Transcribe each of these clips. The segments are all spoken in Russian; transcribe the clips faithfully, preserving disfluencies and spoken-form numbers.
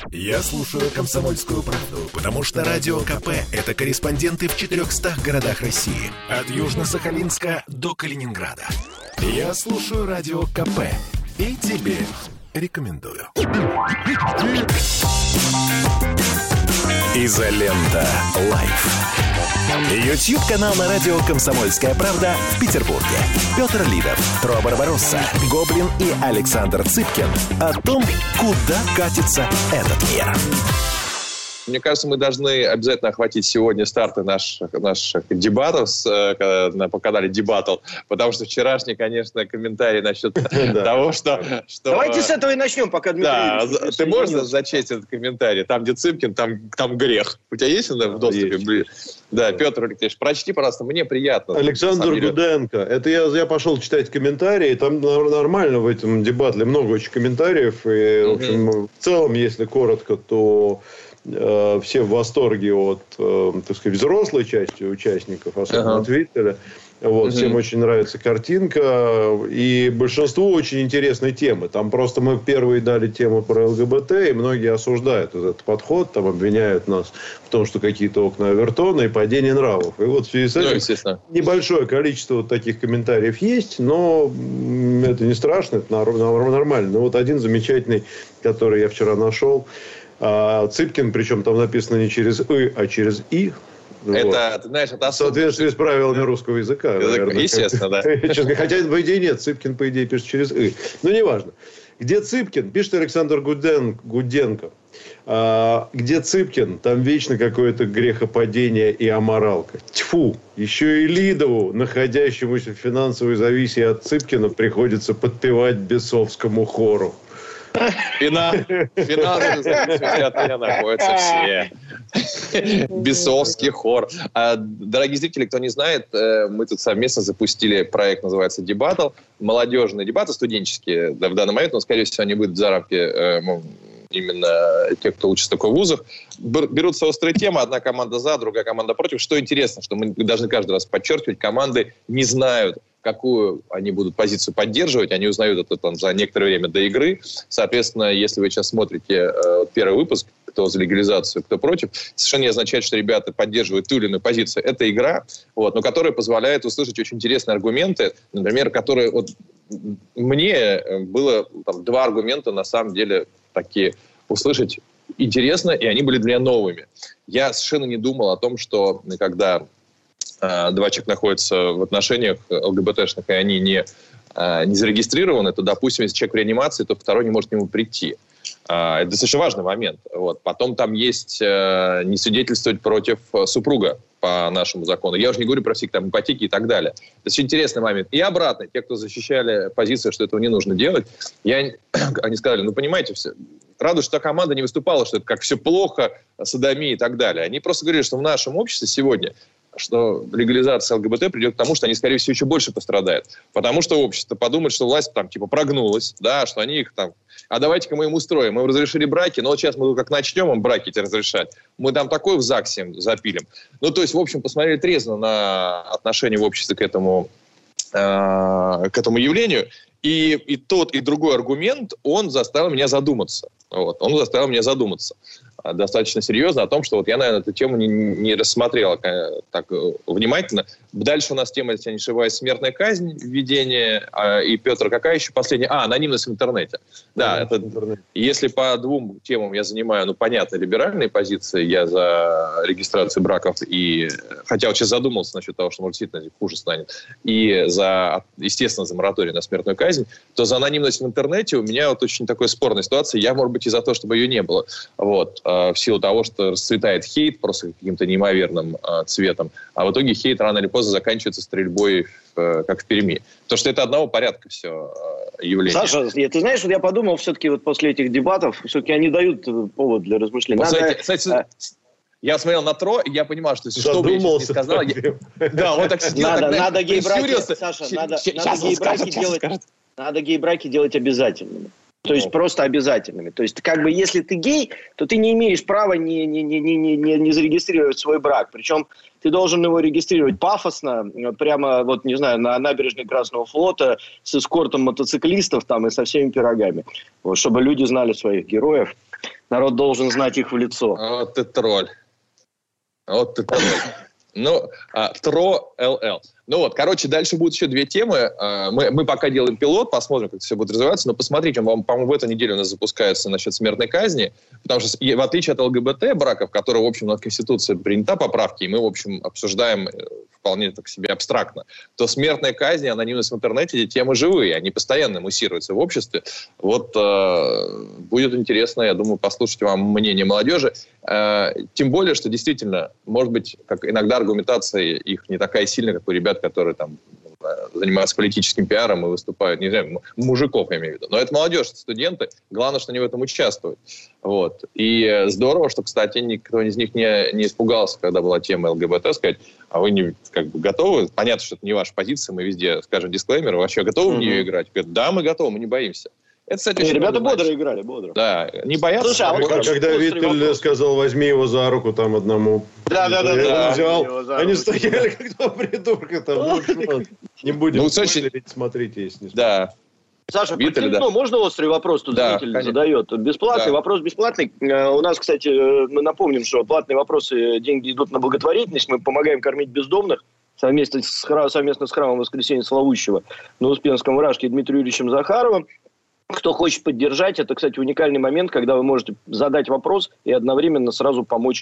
Я слушаю «Комсомольскую правду», потому что Радио КП – это корреспонденты в четырехстах городах России. От Южно-Сахалинска до Калининграда. Я слушаю Радио КП и тебе рекомендую. Изолента Лайф. Ютьюб-канал на радио «Комсомольская правда» в Петербурге. Петр Лидов, Тро Барбаросса, Гоблин и Александр Цыпкин о том, куда катится этот мир. Мне кажется, мы должны обязательно охватить сегодня старты наших, наших дебатов с, на, по канале Дебатл, потому что вчерашний, конечно, комментарий насчет того, что... Давайте с этого и начнем, пока Дмитрий... Да, ты можешь зачесть этот комментарий? Там, где Цыпкин, там, там грех. У тебя есть он в доступе? Да, Петр Алексеевич, прочти, пожалуйста, мне приятно. Александр Гуденко. Это я, я пошел читать комментарии, там нормально в этом дебатле много очень комментариев. И, в общем, в целом, если коротко, то... все в восторге от, так сказать, взрослой части участников, особенно ага. Твиттера. Вот, угу. Всем очень нравится картинка. И большинству очень интересной темы. Там просто мы первые дали тему про ЛГБТ, и многие осуждают этот подход, там обвиняют нас в том, что какие-то окна Овертона и падение нравов. И вот в связи с этим ну, небольшое количество вот таких комментариев есть, но это не страшно, это нормально. Но вот один замечательный, который я вчера нашел, Цыпкин, причем там написано не через «ы», а через «и». Это, вот. Ты знаешь, это в соответствии с правилами русского языка. Наверное, естественно, да. Хотя, по идее, нет. Цыпкин, по идее, пишет через «ы». Но неважно. Где Цыпкин? Пишет Александр Гуден, Гуденко. А, где Цыпкин? Там вечно какое-то грехопадение и аморалка. Тьфу! Еще и Лидову, находящемуся в финансовой зависимости от Цыпкина, приходится подпевать бесовскому хору. Финансовые зависимости от меня находятся все. Бесовский хор. Дорогие зрители, кто не знает, мы тут совместно запустили проект, называется «Дебатл». Молодежные дебаты, студенческие в данный момент, но, скорее всего, они выйдут за рамки именно тех, кто учится только в вузах. Берутся острые темы, одна команда за, другая команда против. Что интересно, что мы должны каждый раз подчеркивать, команды не знают, какую они будут позицию поддерживать. Они узнают это там, за некоторое время до игры. Соответственно, если вы сейчас смотрите э, первый выпуск, кто за легализацию, кто против, совершенно не означает, что ребята поддерживают ту или иную позицию. Это игра, вот, но которая позволяет услышать очень интересные аргументы, например, которые... Вот, мне было там, два аргумента, на самом деле, такие услышать интересно, и они были для меня новыми. Я совершенно не думал о том, что когда э, два человека находятся в отношениях ЛГБТшных, и они не, э, не зарегистрированы, то, допустим, если человек в реанимации, то второй не может к нему прийти. Э, это достаточно важный момент. Вот. Потом там есть э, не свидетельствовать против супруга по нашему закону. Я уже не говорю про всякие там ипотеки и так далее. Это очень интересный момент. И обратно, те, кто защищали позицию, что этого не нужно делать, я, они сказали, ну, понимаете, все, радует, что команда не выступала, что это как все плохо, содомия и так далее. Они просто говорили, что в нашем обществе сегодня, что легализация ЛГБТ придет к тому, что они, скорее всего, еще больше пострадают. Потому что общество подумает, что власть там типа прогнулась, да, что они их там... А давайте-ка мы им устроим. Мы им разрешили браки, но вот сейчас мы как начнем им браки эти разрешать, мы там такой в ЗАГСе им запилим. Ну, то есть, в общем, посмотрели трезво на отношение в обществе к этому, э, к этому явлению. И, и тот, и другой аргумент, он заставил меня задуматься. Вот, он заставил меня задуматься достаточно серьезно о том, что вот я, наверное, эту тему не, не рассмотрел так внимательно. Дальше у нас тема, если я не ошибаюсь, смертная казнь, введение. И, Петр, какая еще последняя? А, анонимность в интернете. Да, это, если по двум темам я занимаю, ну, понятно, либеральные позиции, я за регистрацию браков, и, хотя вот сейчас задумался насчет того, что, может, действительно хуже станет, и, за, естественно, за мораторий на смертную казнь, то за анонимность в интернете у меня вот очень такая спорная ситуация. Я, может быть, и за то, чтобы ее не было. Вот. В силу того, что расцветает хейт просто каким-то неимоверным э, цветом, а в итоге хейт рано или поздно заканчивается стрельбой, в, как в Перми. Потому что это одного порядка все э, явление. Саша, ты знаешь, вот я подумал, все-таки вот после этих дебатов, все-таки они дают повод для размышлений. Надо... Кстати, кстати, а... я смотрел на Тро, и я понимал, что если что бы я сейчас не сказал... Я... Да, он так сидел, надо, так, надо гей-браки, Саша, надо, надо гей-браки делать... Надо гей-браки делать обязательными. То есть просто обязательными. То есть, как бы, если ты гей, то ты не имеешь права не, не, не, не, не, не зарегистрировать свой брак. Причем ты должен его регистрировать пафосно, прямо, вот, не знаю, на набережной Красного флота с эскортом мотоциклистов там и со всеми пирогами. Вот, чтобы люди знали своих героев. Народ должен знать их в лицо. Вот ты тролль. Вот ты тролль. Ну, а, Тро ЛЛ. Ну вот, короче, дальше будут еще две темы. Мы, мы пока делаем пилот, посмотрим, как это все будет развиваться. Но посмотрите, он, по-моему, в эту неделю у нас запускается насчет смертной казни. Потому что, в отличие от ЛГБТ-браков, которые, в общем, на Конституции принята поправки, и мы, в общем, обсуждаем вполне так себе абстрактно, то смертная казнь и анонимность в интернете – темы живые, они постоянно муссируются в обществе. Вот э, будет интересно, я думаю, послушать вам мнение молодежи. Э, тем более, что действительно, может быть, как иногда аргументация их не такая сильная, как у ребят, которые там занимаются политическим пиаром и выступают, не знаю, мужиков, я имею в виду. Но это молодежь, это студенты. Главное, что они в этом участвуют. Вот. И здорово, что, кстати, никто из них не, не испугался, когда была тема ЛГБТ, сказать, а вы не как бы готовы? Понятно, что это не ваша позиция, мы везде скажем дисклеймер, вы вообще готовы mm-hmm. в нее играть? Говорят, да, мы готовы, мы не боимся. Это, кстати, не, ребята бодро значит. играли, бодро. Да, не боятся. Слушай, а вот когда когда Виттель сказал, возьми его за руку там одному. Да, да, да. да, взял, они стояли, как два придурка там. Не будем ну, смотрите, если не Да. Саша, Виттель, да. можно острый вопрос тут да, зритель конечно. задает? Бесплатный, да. вопрос бесплатный. У нас, кстати, мы напомним, что платные вопросы, деньги идут на благотворительность, мы помогаем кормить бездомных. Совместно с, храм, совместно с храмом Воскресения Славущего на Успенском Вражке Дмитрием Юрьевичем Захаровым. Кто хочет поддержать, это, кстати, уникальный момент, когда вы можете задать вопрос и одновременно сразу помочь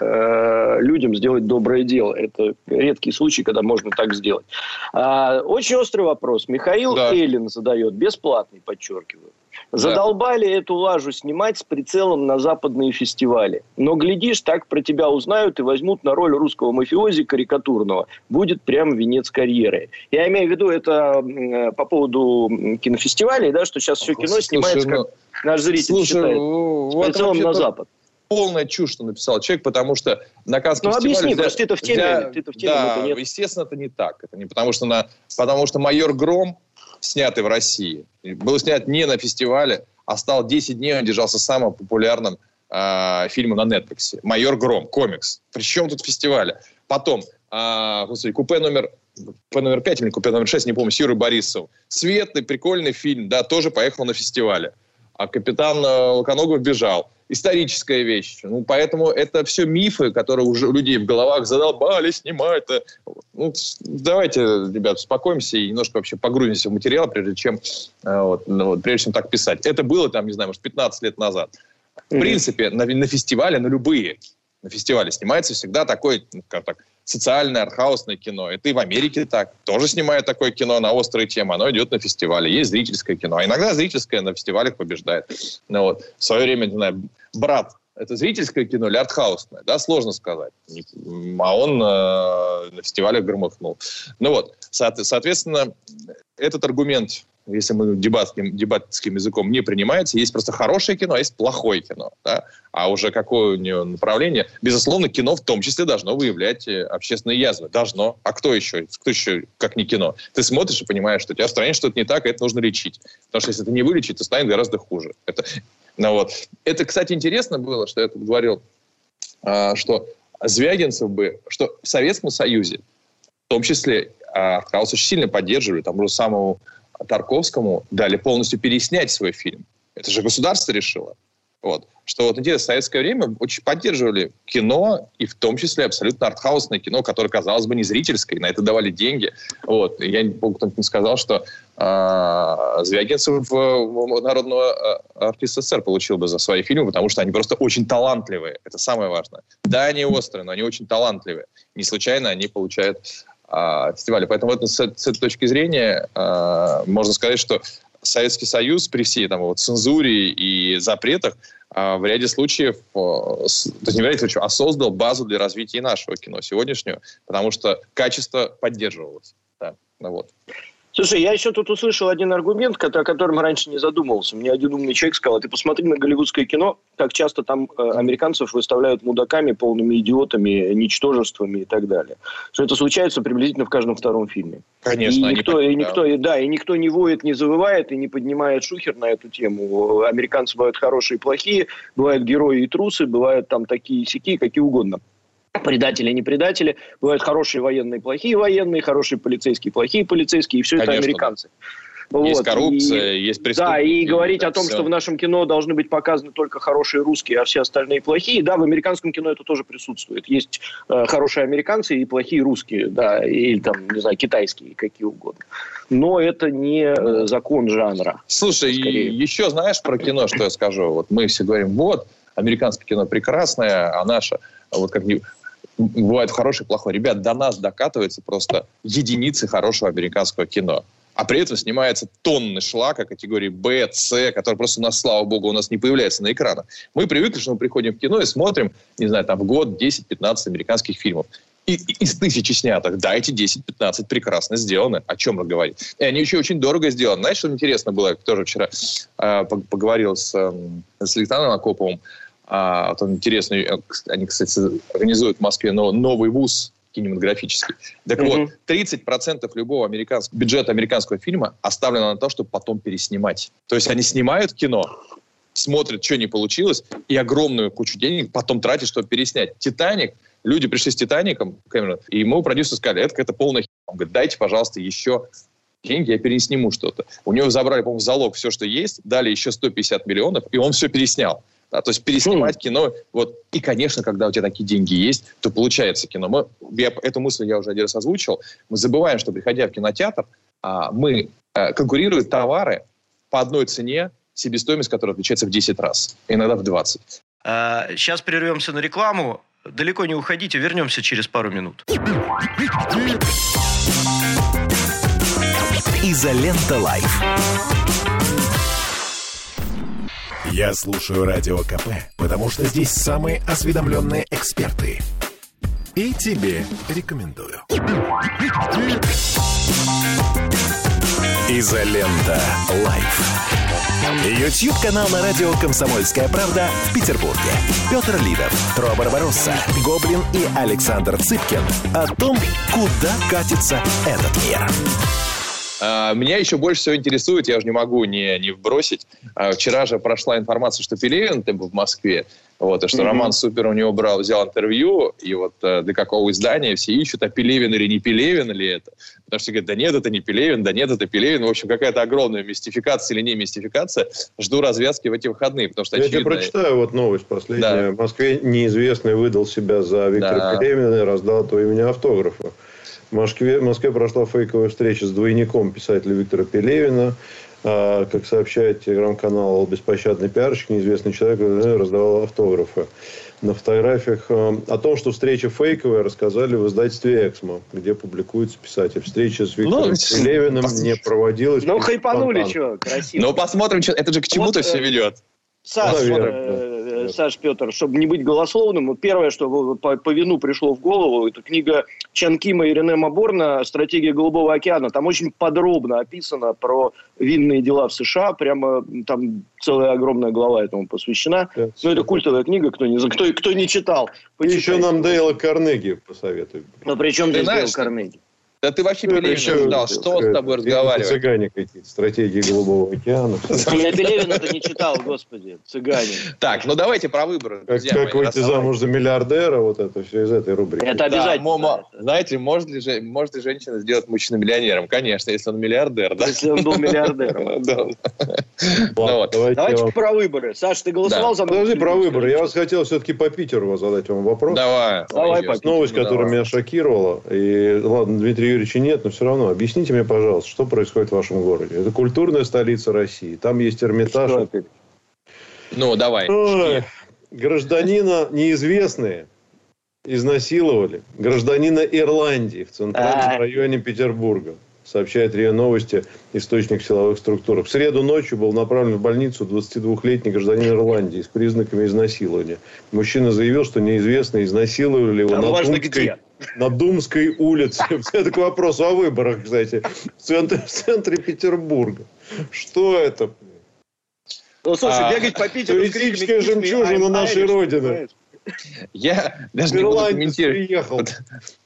э, людям сделать доброе дело. Это редкий случай, когда можно так сделать. А, очень острый вопрос. Михаил да. Эллин задает, бесплатный, подчеркиваю. Задолбали да. эту лажу снимать с прицелом на западные фестивали. Но, глядишь, так про тебя узнают и возьмут на роль русского мафиози карикатурного. Будет прям венец карьеры. Я имею в виду это э, по поводу кинофестивалей, да, что сейчас все кино слушай, снимается, как ну, наш зритель слушай, считает, с прицелом на запад. Полная чушь, что написал человек, потому что на Каннском ну, фестивале... Ну, объясни, просто ты-то в теме, для... ты-то в теме, да, нет. естественно, это не так. Это не потому, что на... потому что «Майор Гром», снятый в России, был снят не на фестивале, а стал десять дней, он держался самым популярным э, фильмом на Netflix. «Майор Гром», комикс. Причем тут фестиваля? Потом, э, господи, купе номер... Купе номер пять или купе номер шесть, не помню, с Юрой Борисовым. Светлый, прикольный фильм, да, тоже поехал на фестивале. А капитан э, Луконогов бежал. Историческая вещь. Ну, поэтому это все мифы, которые уже у людей в головах задолбали снимать. Ну, давайте, ребят, успокоимся и немножко вообще погрузимся в материал, прежде чем, э, вот, ну, вот, прежде чем так писать. Это было, там, не знаю, может, пятнадцать лет назад. В mm-hmm. принципе, на, на фестивале, на любые, на фестивале снимается всегда такое, ну, как так, социальное, артхаусное кино. Это и в Америке так. Тоже снимают такое кино на острые темы. Оно идет на фестивале. Есть зрительское кино. А иногда зрительское на фестивалях побеждает. Ну, вот. В свое время, не знаю, «Брат» — это зрительское кино или артхаусное? Да, сложно сказать. А он э, на фестивалях громыхнул. Ну вот, соответственно, этот аргумент, если мы дебатским, дебатским языком не принимается, есть просто хорошее кино, а есть плохое кино. Да? А уже какое у него направление? Безусловно, кино в том числе должно выявлять общественные язвы. Должно. А кто еще? Кто еще, как не кино? Ты смотришь и понимаешь, что у тебя в стране что-то не так, и это нужно лечить. Потому что если это не вылечить, то станет гораздо хуже. Это, ну, вот. это кстати, интересно было, что я тут говорил, что Звягинцев бы, что в Советском Союзе, в том числе, артхаус очень сильно поддерживали, там уже самому Тарковскому дали полностью переснять свой фильм. Это же государство решило. Вот. Что вот интересно, в советское время очень поддерживали кино, и в том числе абсолютно артхаусное кино, которое, казалось бы, не зрительское, и на это давали деньги. Вот. И я не помню, кто-то не сказал, что э, Звягинцев в народного артиста СССР получил бы за свои фильмы, потому что они просто очень талантливые. Это самое важное. Да, они острые, но они очень талантливые. Не случайно они получают фестиваля. Поэтому вот, с, с этой точки зрения э, можно сказать, что Советский Союз при всей там, вот, цензуре и запретах э, в ряде случаев, э, с, то есть не в ряде случаев, а создал базу для развития нашего кино сегодняшнего, потому что качество поддерживалось. Да, ну, вот. Слушай, я еще тут услышал один аргумент, о котором раньше не задумывался. Мне один умный человек сказал: ты посмотри на голливудское кино, как часто там э, американцев выставляют мудаками, полными идиотами, ничтожествами и так далее. Что это случается приблизительно в каждом втором фильме. Конечно. И никто, они... и никто, да. Да, и никто не воет, не завывает и не поднимает шухер на эту тему. Американцы бывают хорошие и плохие, бывают герои и трусы, бывают там такие и сякие, какие угодно. Предатели, не предатели. Бывают хорошие военные, плохие военные, хорошие полицейские, плохие полицейские. И все Конечно, это американцы. Да. Вот. Есть коррупция, и, есть преступность. Да, и говорить о том, все. что в нашем кино должны быть показаны только хорошие русские, а все остальные плохие. Да, в американском кино это тоже присутствует. Есть э, хорошие американцы и плохие русские. Да, или там, не знаю, китайские, какие угодно. Но это не э, закон жанра. Слушай, еще знаешь про кино, что я скажу? Вот мы все говорим, вот, американское кино прекрасное, а наше, вот как не... Бывает хорошее и плохое. Ребят, до нас докатывается просто единицы хорошего американского кино. А при этом снимается тонны шлака категории Б, С, который просто у нас, слава богу, у нас не появляется на экранах. Мы привыкли, что мы приходим в кино и смотрим, не знаю, там в год десять-пятнадцать американских фильмов. И, и, из тысячи снятых, да, эти десять-пятнадцать прекрасно сделаны. О чем мы говорим? И они еще очень дорого сделаны. Знаешь, что интересно было? Я тоже вчера э, поговорил с, э, с Александром Акоповым. А, вот он интересный, они, кстати, организуют в Москве новый вуз кинематографический. Так mm-hmm. вот, тридцать процентов любого американского, бюджета американского фильма оставлено на то, чтобы потом переснимать. То есть они снимают кино, смотрят, что не получилось, и огромную кучу денег потом тратят, чтобы переснять. «Титаник», люди пришли с «Титаником», Кэмерон, и ему продюсеру сказали, это какая-то полная херня. Он говорит, дайте, пожалуйста, еще деньги, я пересниму что-то. У него забрали, по-моему, в залог все, что есть, дали еще сто пятьдесят миллионов, и он все переснял. Да, то есть переснимать mm. кино. Вот. И, конечно, когда у тебя такие деньги есть, то получается кино. Мы, я, эту мысль я уже один раз озвучил. Мы забываем, что, приходя в кинотеатр, а, мы а, конкурируют товары по одной цене, себестоимость которой отличается в десять раз. Иногда в двадцать. А, сейчас прервемся на рекламу. Далеко не уходите. Вернемся через пару минут. Изолента Лайф. Я слушаю Радио КП, потому что здесь самые осведомленные эксперты. И тебе рекомендую. Изолента Лайф. Ютьюб-канал на радио «Комсомольская правда» в Петербурге. Петр Лидов, Тро Барбаросса, Гоблин и Александр Цыпкин о том, куда катится этот мир. Меня еще больше всего интересует, я уже не могу не, не вбросить. Вчера же прошла информация, что Пелевин был в Москве, вот, и что mm-hmm. Роман Супер у него брал, взял интервью, и вот для какого издания все ищут, а Пелевин или не Пелевин ли это. Потому что говорят, да нет, это не Пелевин, да нет, это Пелевин. В общем, какая-то огромная мистификация или не мистификация. Жду развязки в эти выходные, потому что я очевидно... тебе прочитаю вот новость последняя. Да. В Москве неизвестный выдал себя за Виктора да. Пелевина и раздал от имени автографа. В Москве, в Москве прошла фейковая встреча с двойником писателя Виктора Пелевина. А, как сообщает телеграм-канал «Беспощадный пиарщик», неизвестный человек раздавал автографы. На фотографиях о том, что встреча фейковая, рассказали в издательстве «Эксмо», где публикуется писатель. Встреча с Виктором ну, Пелевиным пос... не проводилась. Ну, хайпанули, что, красиво. Ну, посмотрим, что... это же к чему-то вот, все ведет. Саш, э, Саш, Петр, чтобы не быть голословным, первое, что по, по вину пришло в голову, это книга Чан Кима и Рене Маборна «Стратегия Голубого океана». Там очень подробно описано про винные дела в США. Прямо там целая огромная глава этому посвящена. Да, ну, это культовая книга, кто не, кто, кто не читал. Почитайте. Еще нам Дейла Карнеги посоветуй. Ну, при чем здесь Дейл Карнеги? Да ты вообще Пелевина ждал, что он с тобой разговаривает? Цыгане какие-то, стратегии Голубого океана. Я Пелевина-то не читал, господи, цыгане. Так, ну давайте про выборы. Как, как выйти замуж за миллиардера, вот это все из этой рубрики. Это обязательно. Да, знаете, может ли, может ли женщина сделать мужчину миллионером? Конечно, если он миллиардер. Да? Если он был миллиардером. Давайте про выборы. Саш, ты голосовал за мной? Подожди, про выборы. Я вас хотел все-таки по Питеру задать вам вопрос. Давай. Новость, которая меня шокировала. И ладно, Дмитрий Юрьевича нет, но все равно. Объясните мне, пожалуйста, что происходит в вашем городе. Это культурная столица России. Там есть Эрмитаж. Ну, давай. Ой, гражданина неизвестные изнасиловали. Гражданина Ирландии в центральном районе Петербурга. Сообщает РИА Новости, источник в силовых структурах. В среду ночью был направлен в больницу двадцатидвухлетний гражданин Ирландии с признаками изнасилования. Мужчина заявил, что неизвестные изнасиловали его там на важно Тунской, на Думской улице. Это к вопросу о выборах, кстати. В центре, в центре Петербурга. Что это? Ну, слушай, а, бегать по Питеру... Туристическая жемчужина нашей Родины. Я даже не буду комментировать.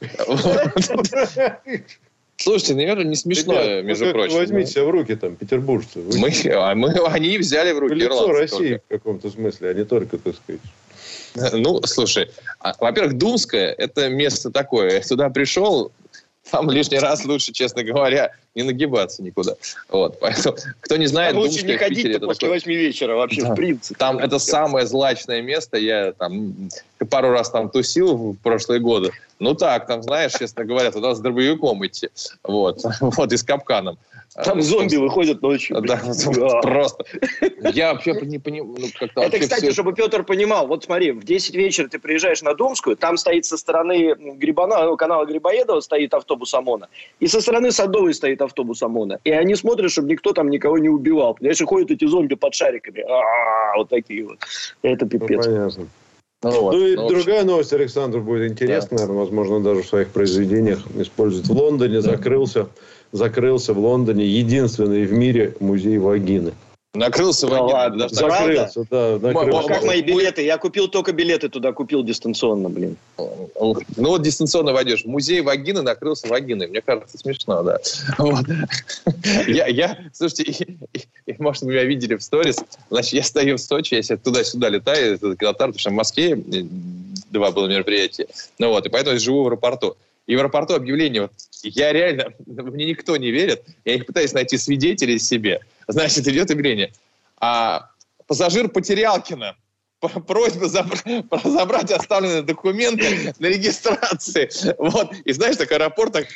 Слушайте, наверное, не смешно, Ребят, между ну, прочим. Возьмите себя в руки, там, петербуржцы. Мы, а мы, они взяли в руки лицо России только. В каком-то смысле, а не только, так сказать. Ну, слушай, а, во-первых, Думское – это место такое. Я сюда пришел, там лишний раз лучше, честно говоря, не нагибаться никуда. Вот, поэтому, кто не знает, там лучше не ходить после восьми вечера вообще, да. В принципе. Там это самое злачное место. Я там пару раз там тусил в прошлые годы. Ну так, там, знаешь, честно говоря, туда с дробовиком идти. Вот, вот и с капканом. Там зомби выходят ночью. Да, просто. Я вообще не понимаю. Ну, как-то это, кстати, все... чтобы Петр понимал. Вот смотри, в десять вечера ты приезжаешь на Думскую, там стоит со стороны Грибана, канала Грибоедова стоит автобус ОМОНа, и со стороны Садовой стоит автобус ОМОНа. И они смотрят, чтобы никто там никого не убивал. Понимаешь, и ходят эти зомби под шариками. А-а-а, вот такие вот. Это пипец. Ну, понятно. Ну, вот, ну и ну, другая новость, Александр, будет интересна, да. Наверное, возможно, даже в своих произведениях использует. В Лондоне да. закрылся, закрылся в Лондоне единственный в мире музей вагины. Накрылся вагины? Ладно, закрылся, да. Накрылся. А как мои билеты? Я купил только билеты туда, купил дистанционно, блин. Ну вот дистанционно войдешь. Музей вагины накрылся вагиной. Мне кажется, смешно, да. Вот. Я, я, слушайте, и, и, может, вы меня видели в сторис. Значит, я стою в Сочи, я себе туда-сюда летаю, это кинотеатр, потому что в Москве два было мероприятия. Ну вот, и поэтому я живу в аэропорту. И в аэропорту объявление, вот, я реально, мне никто не верит, я их пытаюсь найти свидетелей себе. Значит, идет объявление. А, пассажир Потерялкина. Просьба забрать, забрать оставленные документы на регистрации. Вот. И знаешь, так аэропорт так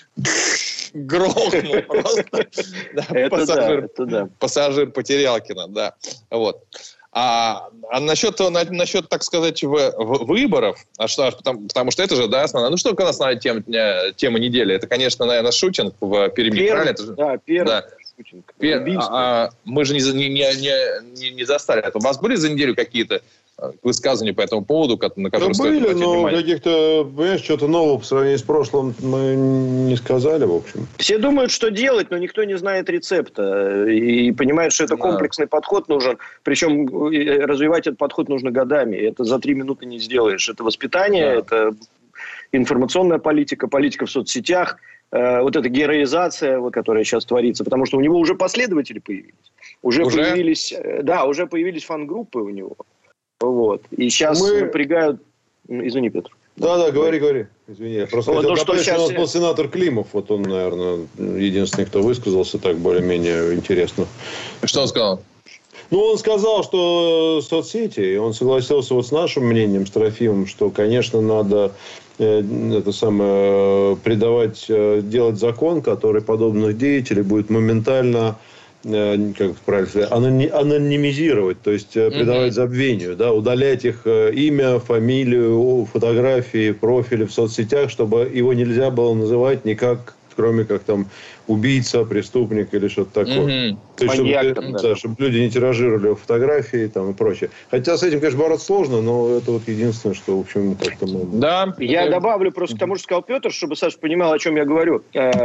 грохнул просто. Да, это пассажир, да, это да. Пассажир Потерялкина, да. Вот. А, а насчет, на, насчет, так сказать, в, в, выборов, а что, потому, потому что это же, да, основная, ну что у нас основная тема, тема недели? Это, конечно, наверное, шутинг в Перми, первый, правильно? Это же, да, первый да. шутинг. Пер, а, а, мы же не, не, не, не, не застали это. У вас были за неделю какие-то высказывания по этому поводу, на которые да стоит были, обратить но внимание? Каких-то, понимаешь, что-то нового по сравнению с прошлым мы не сказали, в общем. Все думают, что делать, но никто не знает рецепта. И понимают, что это да. комплексный подход нужен. Причем развивать этот подход нужно годами. Это за три минуты не сделаешь. Это воспитание, да. это информационная политика, политика в соцсетях, э, вот эта героизация, вот, которая сейчас творится. Потому что у него уже последователи появились. Уже, уже? появились, да, уже появились фан-группы у него. Вот. И сейчас мы... напрягают... Извини, Петр. Да-да, говори, говори. Извини. Я просто вот хотел то, добавить, что сейчас... у нас был сенатор Климов. Вот он, наверное, единственный, кто высказался так более-менее интересно. Что он сказал? Ну, он сказал, что соцсети, и он согласился вот с нашим мнением, с Трофимом, что, конечно, надо э, это самое, придавать, э, делать закон, который подобных деятелей будет моментально... как правильно сказать, анонимизировать, то есть mm-hmm. придавать забвению, да, удалять их имя, фамилию, фотографии, профили в соцсетях, чтобы его нельзя было называть никак, кроме как там убийца, преступник или что-то такое. Mm-hmm. То есть, Маньяк, чтобы, там, да, да. чтобы люди не тиражировали фотографии там, и прочее. Хотя с этим, конечно, бороться сложно, но это вот единственное, что, в общем, как-то мы... Да. Я это... добавлю просто к тому, что сказал Петр, чтобы Саша понимал, о чем я говорю.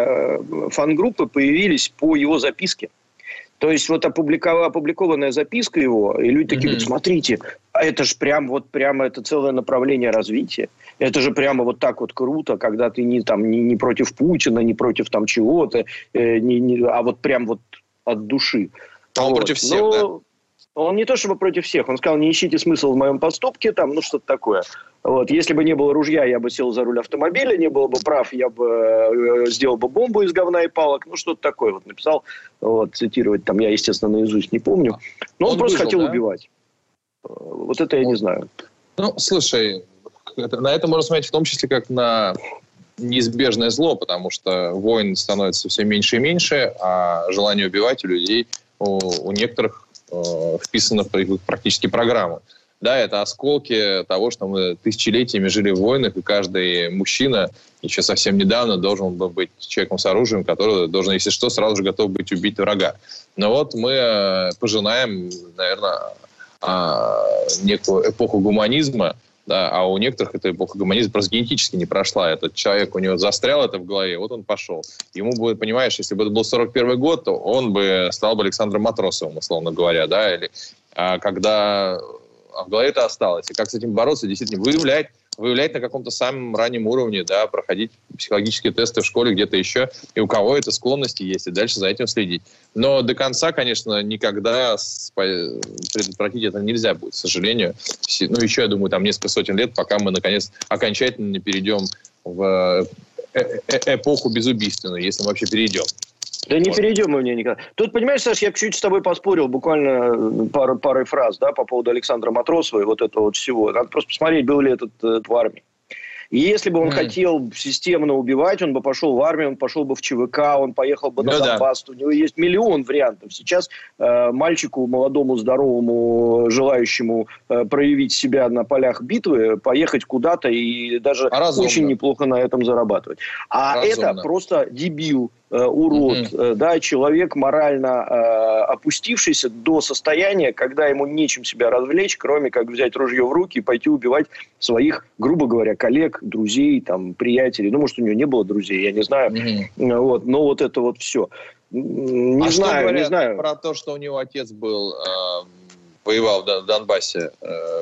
Фан-группы появились по его записке. То есть вот опубликованная записка его, и люди такие, mm-hmm. вот смотрите, это же прям вот прямо это целое направление развития. Это же прямо вот так вот круто, когда ты не, там, не, не против Путина, не против там чего-то, э, не, не, а вот прям вот от души. А он вот. Против всех, Но... да? Он не то чтобы против всех. Он сказал, не ищите смысл в моем поступке, там, ну, что-то такое. Вот. Если бы не было ружья, я бы сел за руль автомобиля, не было бы прав, я бы э, сделал бы бомбу из говна и палок. Ну, что-то такое вот написал. Вот, цитировать там я, естественно, наизусть не помню. Но он, он просто выжил, хотел да? убивать. Вот это я он... не знаю. Ну, слушай, это, на это можно смотреть в том числе как на неизбежное зло, потому что войн становится все меньше и меньше, а желание убивать у людей, у, у некоторых вписано в их практически программу. Да, это осколки того, что мы тысячелетиями жили в войнах, и каждый мужчина еще совсем недавно должен был быть человеком с оружием, который должен, если что, сразу же готов быть убить врага. Но вот мы пожинаем, наверное, некую эпоху гуманизма, Да, а у некоторых эта эпоха гуманизма просто генетически не прошла. Этот человек, у него застрял это в голове, вот он пошел. Ему будет, понимаешь, если бы это был сорок первый год, то он бы стал бы Александром Матросовым, условно говоря, да, или а когда а в голове это осталось. И как с этим бороться, действительно, выявлять, выявлять на каком-то самом раннем уровне, да, проходить психологические тесты в школе, где-то еще, и у кого это склонности есть, и дальше за этим следить. Но до конца, конечно, никогда предотвратить это нельзя будет, к сожалению. Ну, еще, я думаю, там несколько сотен лет, пока мы, наконец, окончательно не перейдем в эпоху безубийственную, если мы вообще перейдем. Да не перейдем мы в нее никогда. Тут, понимаешь, Саш, я чуть-чуть с тобой поспорил, буквально пару, парой фраз, да, по поводу Александра Матросова и вот этого вот всего. Надо просто посмотреть, был ли этот, этот в армии. И если бы он mm. хотел системно убивать, он бы пошел в армию, он пошел бы в ЧВК, он поехал бы на ну, Донбасс. Да. У него есть миллион вариантов. Сейчас э, мальчику, молодому, здоровому, желающему э, проявить себя на полях битвы, поехать куда-то и даже Разумно. очень неплохо на этом зарабатывать. А Разумно. это просто дебил. урод, mm-hmm. да, человек морально э, опустившийся до состояния, когда ему нечем себя развлечь, кроме как взять ружье в руки и пойти убивать своих, грубо говоря, коллег, друзей, там, приятелей. Ну, может, у него не было друзей, я не знаю. Mm-hmm. Вот, но вот это вот все. Не а знаю, что говорят не знаю. Про то, что у него отец был, э, воевал в Донбассе, э,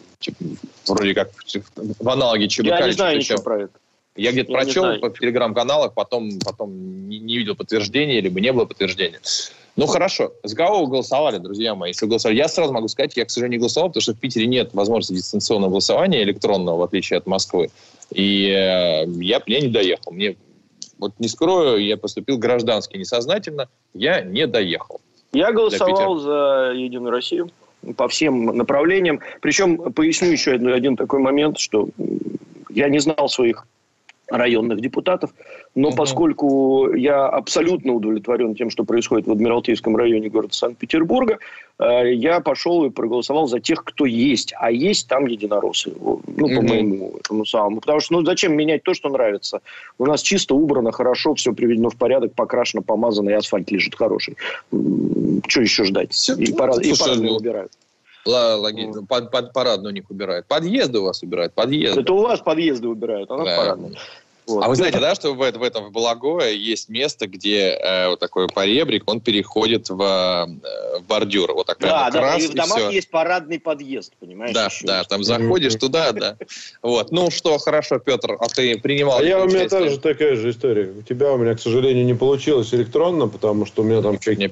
вроде как в аналоге ЧВК. Я не знаю ничего про это. Я где-то я прочел по телеграм-каналах, потом, потом не, не видел подтверждения, либо не было подтверждения. Ну, хорошо. За кого вы голосовали, друзья мои? Если голосовали, я сразу могу сказать, я, к сожалению, не голосовал, потому что в Питере нет возможности дистанционного голосования электронного, в отличие от Москвы. И э, я, я не доехал. Мне, вот не скрою, я поступил граждански несознательно, я не доехал. Я голосовал за «Единую Россию» по всем направлениям. Причем, поясню еще один, один такой момент, что я не знал своих районных депутатов, но угу. поскольку я абсолютно удовлетворен тем, что происходит в Адмиралтейском районе города Санкт-Петербурга, я пошел и проголосовал за тех, кто есть, а есть там единороссы, ну, угу. по моему этому самому, потому что, ну, зачем менять то, что нравится? У нас чисто убрано, хорошо, все приведено в порядок, покрашено, помазано, и асфальт лежит хороший. Что еще ждать? Все, и парад, и парад не убирают. Логично. Mm. Под, под парадную у них убирают. Подъезды у вас убирают. Подъезды. Это у вас подъезды убирают, а у нас да. парадные. Вот. А вы знаете, да, что в, в этом в Балагое есть место, где э, вот такой поребрик, он переходит в, э, в бордюр. Вот так да, да, раз, и в домах и есть парадный подъезд, понимаешь? Да, еще да, там заходишь туда, да. Вот. Ну что, хорошо, Петр, а ты принимал... А я, у меня тоже такая же история. У тебя, у меня, к сожалению, не получилось электронно, потому что у меня там... чуть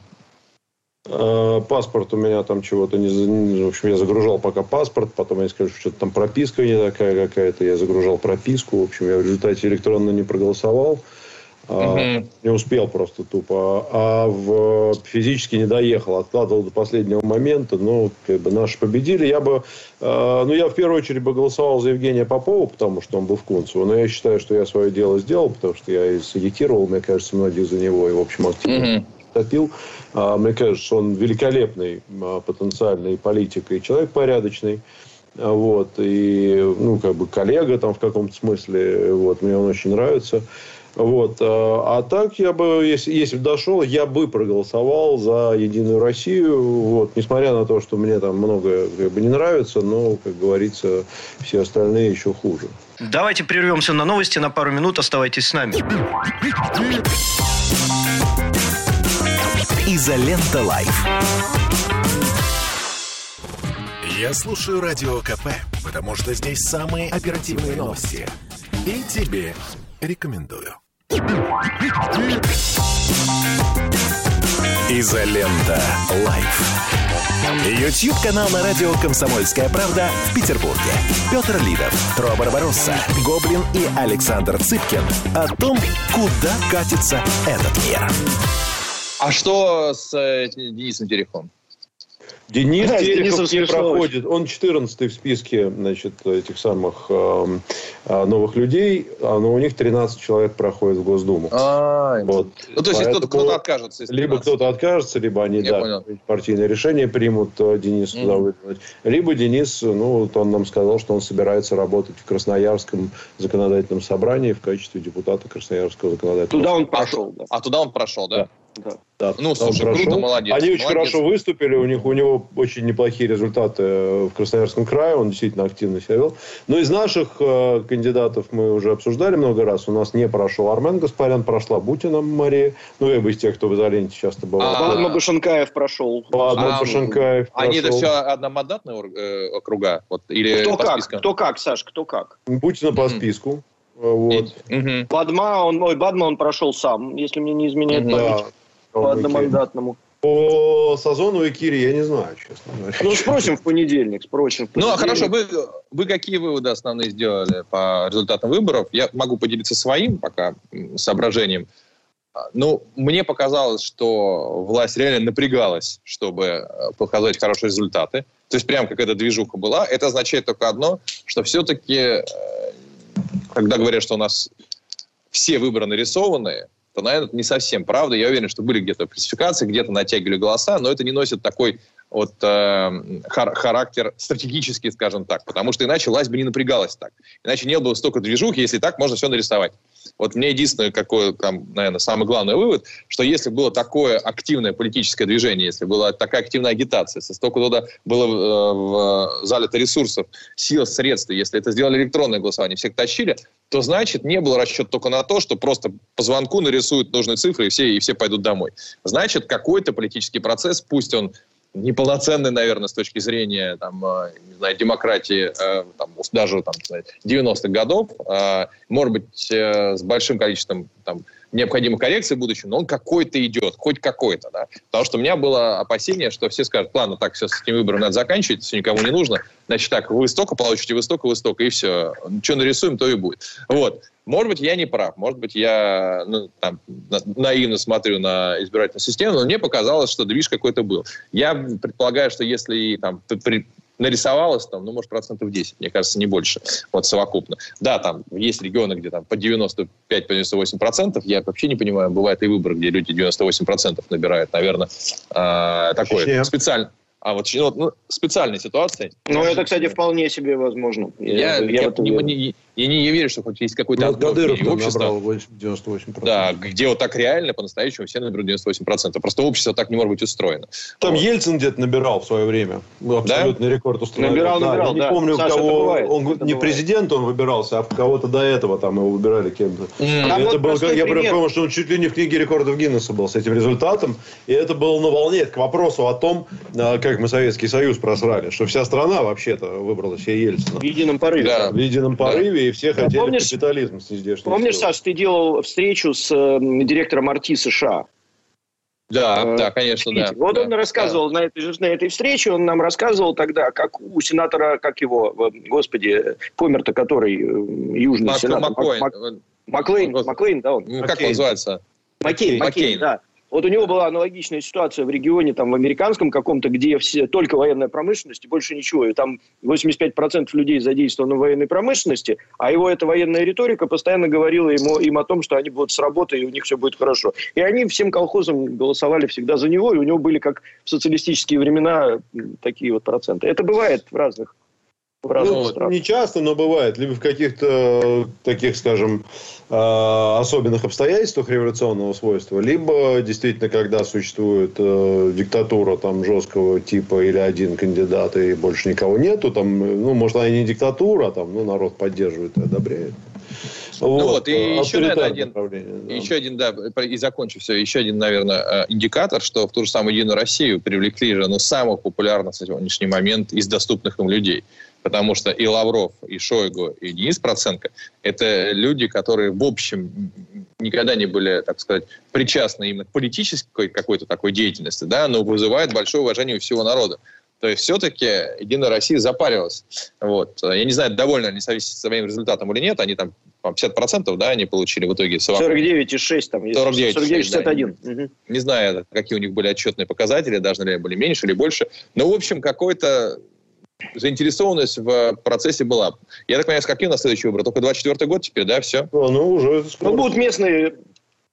паспорт у меня там чего-то не... В общем, я загружал пока паспорт, потом я скажу, что что-то там прописка не такая какая-то. Я загружал прописку. В общем, я в результате электронно не проголосовал. Uh-huh. Не успел просто тупо. А в... физически не доехал. Откладывал до последнего момента. Ну, как бы наши победили. Я бы... Ну, я в первую очередь бы голосовал за Евгения Попова, потому что он был в Кунцево. Но я считаю, что я свое дело сделал, потому что я и сагитировал, мне кажется, многих за него. И, в общем, активно... Uh-huh. Топил. Мне кажется, он великолепный потенциальный политик и человек порядочный. Вот. И, ну, как бы коллега там в каком-то смысле. Вот. Мне он очень нравится. Вот. А так, я бы, если, если бы дошел, я бы проголосовал за Единую Россию. Вот. Несмотря на то, что мне там многое как бы не нравится, но, как говорится, все остальные еще хуже. Давайте прервемся на новости на пару минут. Оставайтесь с нами. Изолента Лайф. Я слушаю Радио КП, потому что здесь самые оперативные новости. И тебе рекомендую. Изолента Лайф. Ютьюб-канал на радио «Комсомольская правда» в Петербурге. Петр Лидов, Тро Барбаросса, Гоблин и Александр Цыпкин о том, куда катится этот мир. А что с э, Денисом Тереховым? Денис да, Терехов не проходит. Он четырнадцатый в списке, значит, этих самых э, новых людей, но у них тринадцать человек проходит в Госдуму. А, вот. Ну, то есть, кто-то, кто-то откажется. Либо кто-то откажется, либо они да, партийное решение примут Денису mm-hmm. туда выдвинуть. Либо Денис, ну, вот он нам сказал, что он собирается работать в Красноярском законодательном собрании в качестве депутата Красноярского законодательного собрания. Туда он прошел. А, да. а туда он прошел, да? да. Да. Да, ну, слушай, круто, молодец. Они очень молодец. хорошо выступили, у них у него очень неплохие результаты в Красноярском крае, он действительно активно себя вел. Но из наших э, кандидатов мы уже обсуждали много раз. У нас не прошел Армен Гаспарян, прошла Бутина Мария. Ну, я бы из тех, кто в изоленте часто бывал. Ладно, Башенкаев прошел. Ладно, А, Башенкаев прошел. Они это все одномандатные э, округа? Вот, или кто по как, спискам? кто как, Саш, кто как. Бутина по mm-hmm. списку. Вот. Mm-hmm. Бадма, он, ой, Бадма он прошел сам, если мне не изменяет Mm-hmm. память. Да. По одномандатному. По Сазону и Кире я не знаю, честно говоря. Ну, спросим в понедельник, спросим. В понедельник. Ну, а хорошо, вы, вы какие выводы основные сделали по результатам выборов? Я могу поделиться своим пока соображением. Ну, мне показалось, что власть реально напрягалась, чтобы показать хорошие результаты. То есть, прям какая-то движуха была. Это означает только одно, что все-таки, когда говорят, что у нас все выборы нарисованные, то, наверное, это не совсем правда. Я уверен, что были где-то фальсификации, где-то натягивали голоса, но это не носит такой вот, э, хар- характер стратегический, скажем так, потому что иначе власть бы не напрягалась так. Иначе не было бы столько движух, если так можно все нарисовать. Вот мне единственное, какой, там, наверное, самый главный вывод, что если было такое активное политическое движение, если была такая активная агитация, если столько туда было э, в, залито ресурсов, сил, средств, если это сделали электронное голосование, всех тащили, то, значит, не был расчет только на то, что просто по звонку нарисуют нужные цифры, и все, и все пойдут домой. Значит, какой-то политический процесс, пусть он неполноценный, наверное, с точки зрения там, не знаю, демократии э, там, даже там, девяностых годов, э, может быть, э, с большим количеством там, необходимых коррекций в будущем, но он какой-то идет, хоть какой-то. Да? Потому что у меня было опасение, что все скажут, ладно, так, все с этим выбором надо заканчивать, все никому не нужно, значит так, вы столько получите, вы столько, вы столько, и все. Что нарисуем, то и будет. Вот. Может быть, я не прав, может быть, я ну, там, наивно смотрю на избирательную систему, но мне показалось, что движ какой-то был. Я предполагаю, что если там при, нарисовалось, там, ну, может, процентов десять, мне кажется, не больше, вот совокупно. Да, там есть регионы, где там по девяносто пять - девяносто восемь процентов, я вообще не понимаю, бывает и выборы, где люди девяносто восемь процентов набирают, наверное, э, такое специально. А вот ну, специальная ситуация. Ну, это, кстати, вполне себе возможно. Я, я, я, я, не, я не верю, что хоть есть какой-то Кадыров общество. девяносто восемь процентов. Да, где вот так реально, по-настоящему, все наберут девяносто восемь процентов. Просто общество так не может быть устроено. Там вот. Ельцин где-то набирал в свое время. Абсолютный да? рекорд установил. Набирал, да, набирал, я не да. помню, Саша, кого. Бывает, Он не бывает. Президент он выбирался, а в кого-то до этого там его выбирали кем-то. Mm. Это вот был, я пример. помню, что он чуть ли не в книге рекордов Гиннесса был с этим результатом. И это было на волне к вопросу о том, как мы Советский Союз просрали. Что вся страна вообще-то выбрала себе Ельцина. В едином порыве. Да, в едином порыве, да. И все хотели помнишь, капитализм с нездешним. Помнишь, Саш, ты делал встречу с э, директором ар ти США? Да, э, да, конечно, да. Вот да, он рассказывал да. на, этой, на этой встрече, он нам рассказывал тогда, как у сенатора, как его, господи, помер-то который, южный Мак, сенатор. Маккоин. Мак, Маклейн, Маклейн, да он? Ну, как он называется? Маккейн, Маккейн, да. Вот у него была аналогичная ситуация в регионе, там, в американском каком-то, где все, только военная промышленность и больше ничего. И там восемьдесят пять процентов людей задействованы в военной промышленности, а его эта военная риторика постоянно говорила ему, им о том, что они будут с работы, и у них все будет хорошо. И они всем колхозам голосовали всегда за него, и у него были, как в социалистические времена, такие вот проценты. Это бывает в разных Ну, не часто, но бывает. Либо в каких-то таких, скажем, особенных обстоятельствах революционного свойства, либо действительно, когда существует диктатура там, жесткого типа или один кандидат и больше никого нету, там, ну, может, она и не диктатура, там, ну, народ поддерживает и одобряет. Ну вот, вот и еще, наверное, один, да. еще один, да, и закончу все, еще один, наверное, индикатор, что в ту же самую Единую Россию привлекли же, ну, самых популярных на сегодняшний момент из доступных им людей. Потому что и Лавров, и Шойгу, и Денис Проценко – это люди, которые, в общем, никогда не были, так сказать, причастны именно к политической какой-то такой деятельности, да, но вызывают большое уважение у всего народа. То есть все-таки Единая Россия запарилась. Вот. Я не знаю, довольны они своим результатом или нет. Они там пятьдесят процентов, да, они получили в итоге. сорок девять и шесть там. сорок девять шестьдесят один. Да. Угу. Не знаю, какие у них были отчетные показатели, должны ли были меньше или больше. Но, в общем, какой-то заинтересованность в процессе была. Я так понимаю, с каким на следующий выбор? Только двадцать четвёртый год теперь, да, все? Ну, уже ну, будут местные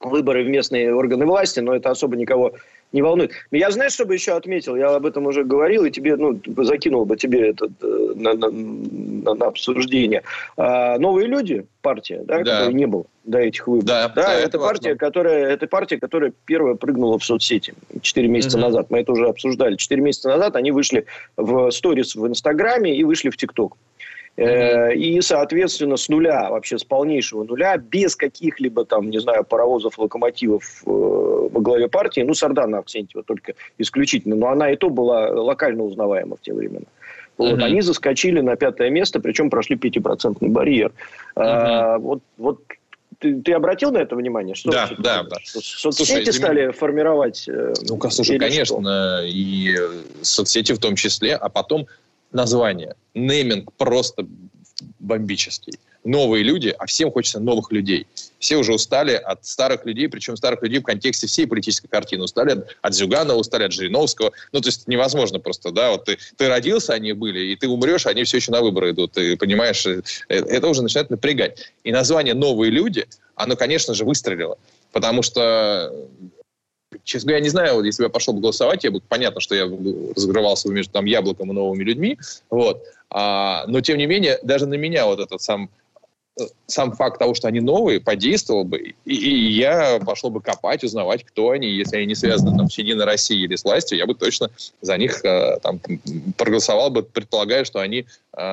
выборы в местные органы власти, но это особо никого не волнует. Я, знаешь, что бы еще отметил? Я об этом уже говорил, и тебе, ну, закинул бы тебе это на, на, на, на обсуждение. А, новые люди, партия, да, да. которой не было до этих выборов. Да, да, да, это, это партия, которая, это партия, которая первая прыгнула в соцсети четыре месяца угу. назад. Мы это уже обсуждали. четыре месяца назад они вышли в сторис в Инстаграме и вышли в ТикТок. Mm-hmm. И, соответственно, с нуля, вообще с полнейшего нуля, без каких-либо там, не знаю, паровозов, локомотивов э, во главе партии, ну, Сардана Аксентьева только исключительно, но она и то была локально узнаваема в те времена. Вот, mm-hmm. Они заскочили на пятое место, причем прошли пятипроцентный барьер. Mm-hmm. А, вот, вот ты, ты обратил на это внимание? Что да, да, да. Что соцсети слушай, стали для... формировать? Э, ну, слушай, конечно, что? И соцсети в том числе, а потом название. Нейминг просто бомбический. Новые люди, а всем хочется новых людей. Все уже устали от старых людей, причем старых людей в контексте всей политической картины. Устали от, от Зюганова, устали от Жириновского. Ну, то есть невозможно просто, да, вот ты, ты родился, они были, и ты умрешь, они все еще на выборы идут. Ты понимаешь, это уже начинает напрягать. И название «Новые люди», оно, конечно же, выстрелило. Потому что... Честно говоря, я не знаю, вот, если бы я пошел бы голосовать, я бы, понятно, что я разогревался бы между там, Яблоком и новыми людьми, вот. А, но, тем не менее, даже на меня вот этот сам, сам факт того, что они новые, подействовал бы, и, и я пошел бы копать, узнавать, кто они, если они не связаны там, с «Единой Россией» или с властью, я бы точно за них а, там, проголосовал бы, предполагая, что они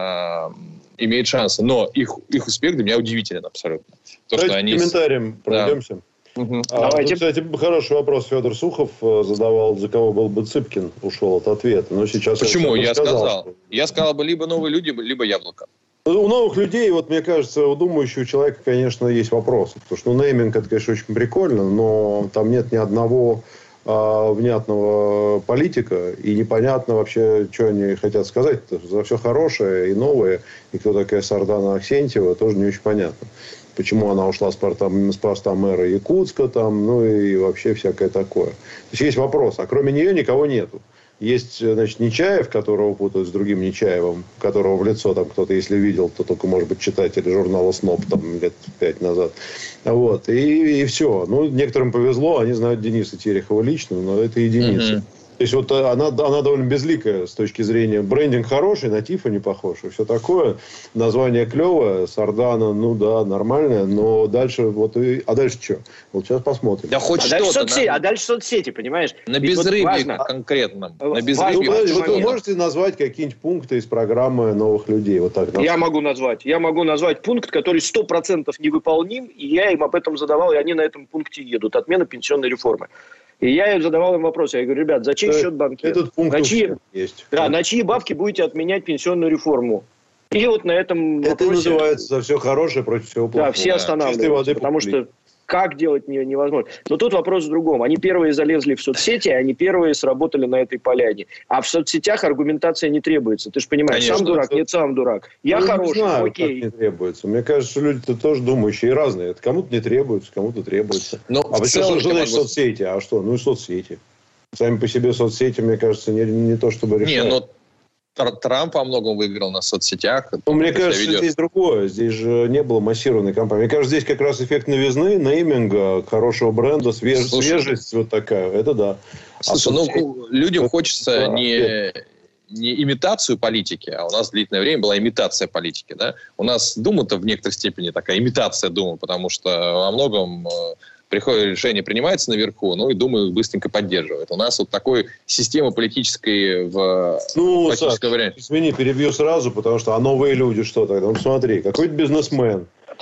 а, имеют шансы. Но их, их успех для меня удивителен абсолютно. То, Давайте что они... к комментариям пройдемся. Да. Угу. А, тут, кстати, хороший вопрос Федор Сухов задавал, за кого был бы Цыпкин, ушел от ответа. Но сейчас Почему? Я сказал. сказал. Что... Я сказал бы либо новые люди, либо Яблоко. У новых людей, вот мне кажется, у думающего человека, конечно, есть вопросы. Потому что ну, нейминг, это, конечно, очень прикольно, но там нет ни одного а, внятного политика. И непонятно вообще, что они хотят сказать. За все хорошее и новое. И кто такая Сардана Аксентьева, тоже не очень понятно. Почему она ушла с поста, с поста мэра Якутска, там, ну и вообще всякое такое. То есть, есть вопрос. А кроме нее никого нету. Есть, значит, Нечаев, которого путают с другим Нечаевым, которого в лицо там кто-то, если видел, то только, может быть, читатели журнала «Сноб» там лет пять назад. Вот. И, и все. Ну, некоторым повезло, они знают Дениса Терехова лично, но это единицы. Mm-hmm. То есть, вот она, она довольно безликая с точки зрения... Брендинг хороший, на Тиффани похож, и все такое. Название клевое, Сардана, ну да, нормальное, но дальше вот и... А дальше что? Вот сейчас посмотрим. Да хоть а, дальше соцсети, на... а дальше соцсети, понимаешь? На безрыбье вот конкретном. На безрыбье. Ну, вот вы можете назвать какие-нибудь пункты из программы новых людей? Вот так, я могу назвать. Я могу назвать пункт, который сто процентов невыполним, и я им об этом задавал, и они на этом пункте едут. Отмена пенсионной реформы. И я им задавал им вопрос. Я говорю, ребят, за чей счет банкир? Этот пункт на чьи, есть. Да, на чьи бабки будете отменять пенсионную реформу? И вот на этом это вопросе... называется «за все хорошее против всего плохого». Да, все останавливаются, потому что как делать не, невозможно. Но тут вопрос в другом. Они первые залезли в соцсети, они первые сработали на этой поляне. А в соцсетях аргументация не требуется. Ты же понимаешь, Конечно, сам дурак, это... нет, сам дурак. Я ну, хороший, не знаю, окей. Как не требуется. Мне кажется, что люди-то тоже думающие и разные. Это кому-то не требуется, кому-то требуется. Но а почему что, что значит могу... соцсети? А что? Ну и соцсети. Сами по себе соцсети, мне кажется, не, не то, чтобы решать. Не, но Трамп во многом выиграл на соцсетях. Ну, мне кажется, ведет. Здесь другое. Здесь же не было массированной кампании. Мне кажется, здесь как раз эффект новизны, нейминга, хорошего бренда, свеж... свежесть вот такая. Это да. Слушай, а ну, соцсети... людям это... хочется да, не... не имитацию политики, а у нас длительное время была имитация политики. Да? У нас Дума-то в некоторой степени такая имитация Думы, потому что во многом... приходит решение, принимается наверху, ну и Дума быстренько поддерживает. У нас вот такой система политической в ну, политическом варианте. Извини, перебью сразу, потому что а новые люди что тогда? Ну смотри, какой-то бизнесмен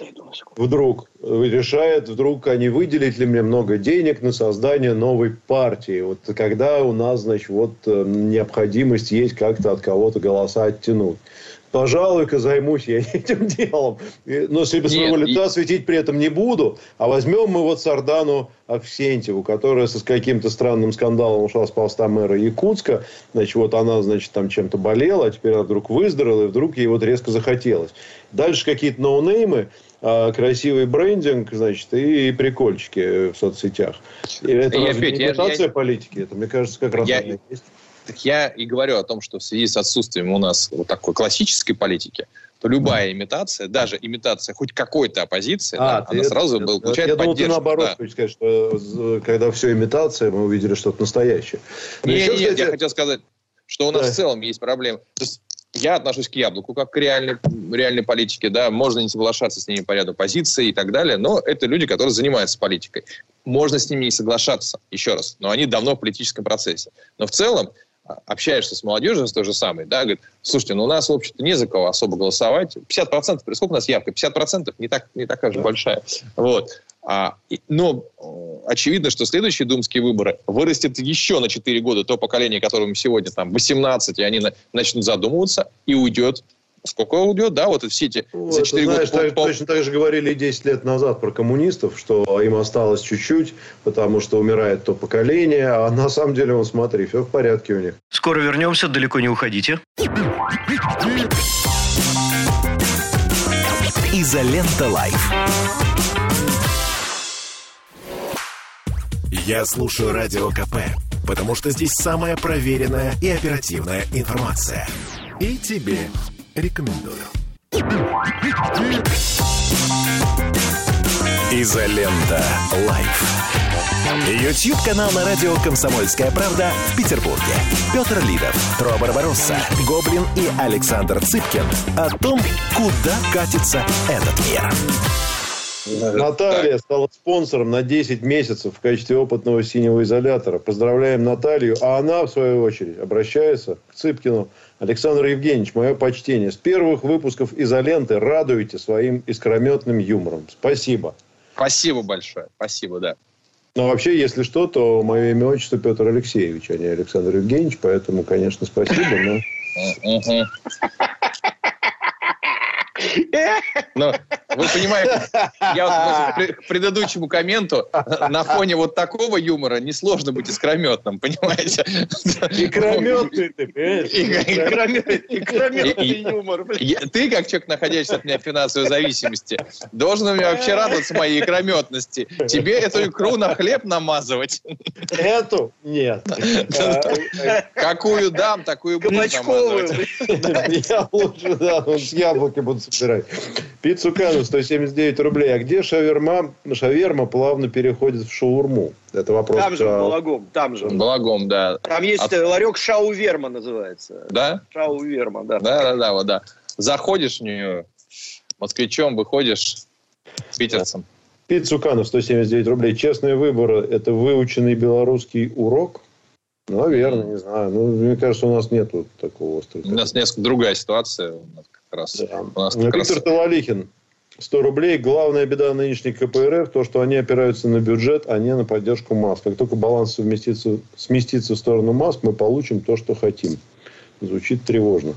вдруг решает, вдруг они выделить ли мне много денег на создание новой партии. Вот когда у нас, значит, вот необходимость есть как-то от кого-то голоса оттянуть. Пожалуй-ка займусь я этим делом. Но себе своего Нет, лица и... светить при этом не буду. А возьмем мы вот Сардану Аксентьеву, которая с каким-то странным скандалом ушла с поста мэра Якутска. Значит, вот она, значит, там чем-то болела, а теперь она вдруг выздоровела, и вдруг ей вот резко захотелось. Дальше какие-то ноунеймы, красивый брендинг, значит, и прикольчики в соцсетях. И это я, разве Петь, не имитация я... политики? Это, мне кажется, как раз я... есть. Так я и говорю о том, что в связи с отсутствием у нас вот такой классической политики, то любая имитация, даже имитация хоть какой-то оппозиции, а, да, она это, сразу был, получает я поддержку. Я думал, ты наоборот да. хочешь сказать, что когда все имитация, мы увидели что-то настоящее. Нет, нет, кстати... я хотел сказать, что у нас да. в целом есть проблемы. То есть я отношусь к яблоку как к реальной, реальной политике, да, можно не соглашаться с ними по ряду позиций и так далее, но это люди, которые занимаются политикой. Можно с ними не соглашаться, еще раз, но они давно в политическом процессе. Но в целом общаешься с молодежью, с той же самой, да, говорит, слушайте, ну у нас в общем-то не за кого особо голосовать. пятьдесят процентов, сколько у нас явка? пятьдесят процентов не, так, не такая же да. большая. Вот. А, и, но очевидно, что следующие думские выборы вырастет еще на четыре года то поколение, которому сегодня там восемнадцать, и они на, начнут задумываться, и уйдет. Сколько уйдет, да, вот все эти ну, за четыре знаешь, года. Так, по... Точно так же говорили десять лет назад про коммунистов, что им осталось чуть-чуть, потому что умирает то поколение, а на самом деле, вон, смотри, все в порядке у них. Скоро вернемся, далеко не уходите. Изолента Лайф. Я слушаю Радио КП, потому что здесь самая проверенная и оперативная информация. И тебе рекомендую. Изолента Лайф. Ютьюб-канал на радио «Комсомольская правда» в Петербурге. Петр Лидов, Тро Барбаросса, Гоблин и Александр Цыпкин о том, куда катится этот мир. Наталья стала спонсором на десять месяцев в качестве опытного синего изолятора. Поздравляем Наталью. А она, в свою очередь, обращается к Цыпкину. Александр Евгеньевич, мое почтение. С первых выпусков «Изоленты» радуете своим искрометным юмором. Спасибо. Спасибо большое. Спасибо, да. Но вообще, если что, то мое имя, отчество Петр Алексеевич, а не Александр Евгеньевич. Поэтому, конечно, спасибо. Но... Но вы понимаете, я вот к предыдущему комменту на фоне вот такого юмора несложно быть искрометным, понимаете? Икрометный ты, понимаешь? Икрометный юмор. Ты, как человек, находящийся от меня в финансовой зависимости, должен мне вообще радоваться моей икрометности. Тебе эту икру на хлеб намазывать? Эту? Нет. Какую дам, такую буду намазывать. Я лучше, да, с яблоки буду собирать. Пиццу Кану сто семьдесят девять рублей. А где шаверма? Шаверма плавно переходит в шаурму. Это вопрос. Там же, в Балагом. Там же. Балагом, да. Там есть От... ларек Шауверма называется. Да? Шауверма, да. Да, да, да, вот, да. Заходишь в нее москвичом, выходишь питерцем. Пиццу Кану сто семьдесят девять рублей. Честный выбор – это выученный белорусский урок? Наверное, не знаю. Ну, мне кажется, у нас нет такого острова. У нас несколько другая ситуация. У нас как раз, да. у нас как Виктор раз... Талалихин. сто рублей. Главная беда нынешней ка пэ эр эф, то, что они опираются на бюджет, а не на поддержку масс. Как только баланс совместится, сместится в сторону масс, мы получим то, что хотим. Звучит тревожно.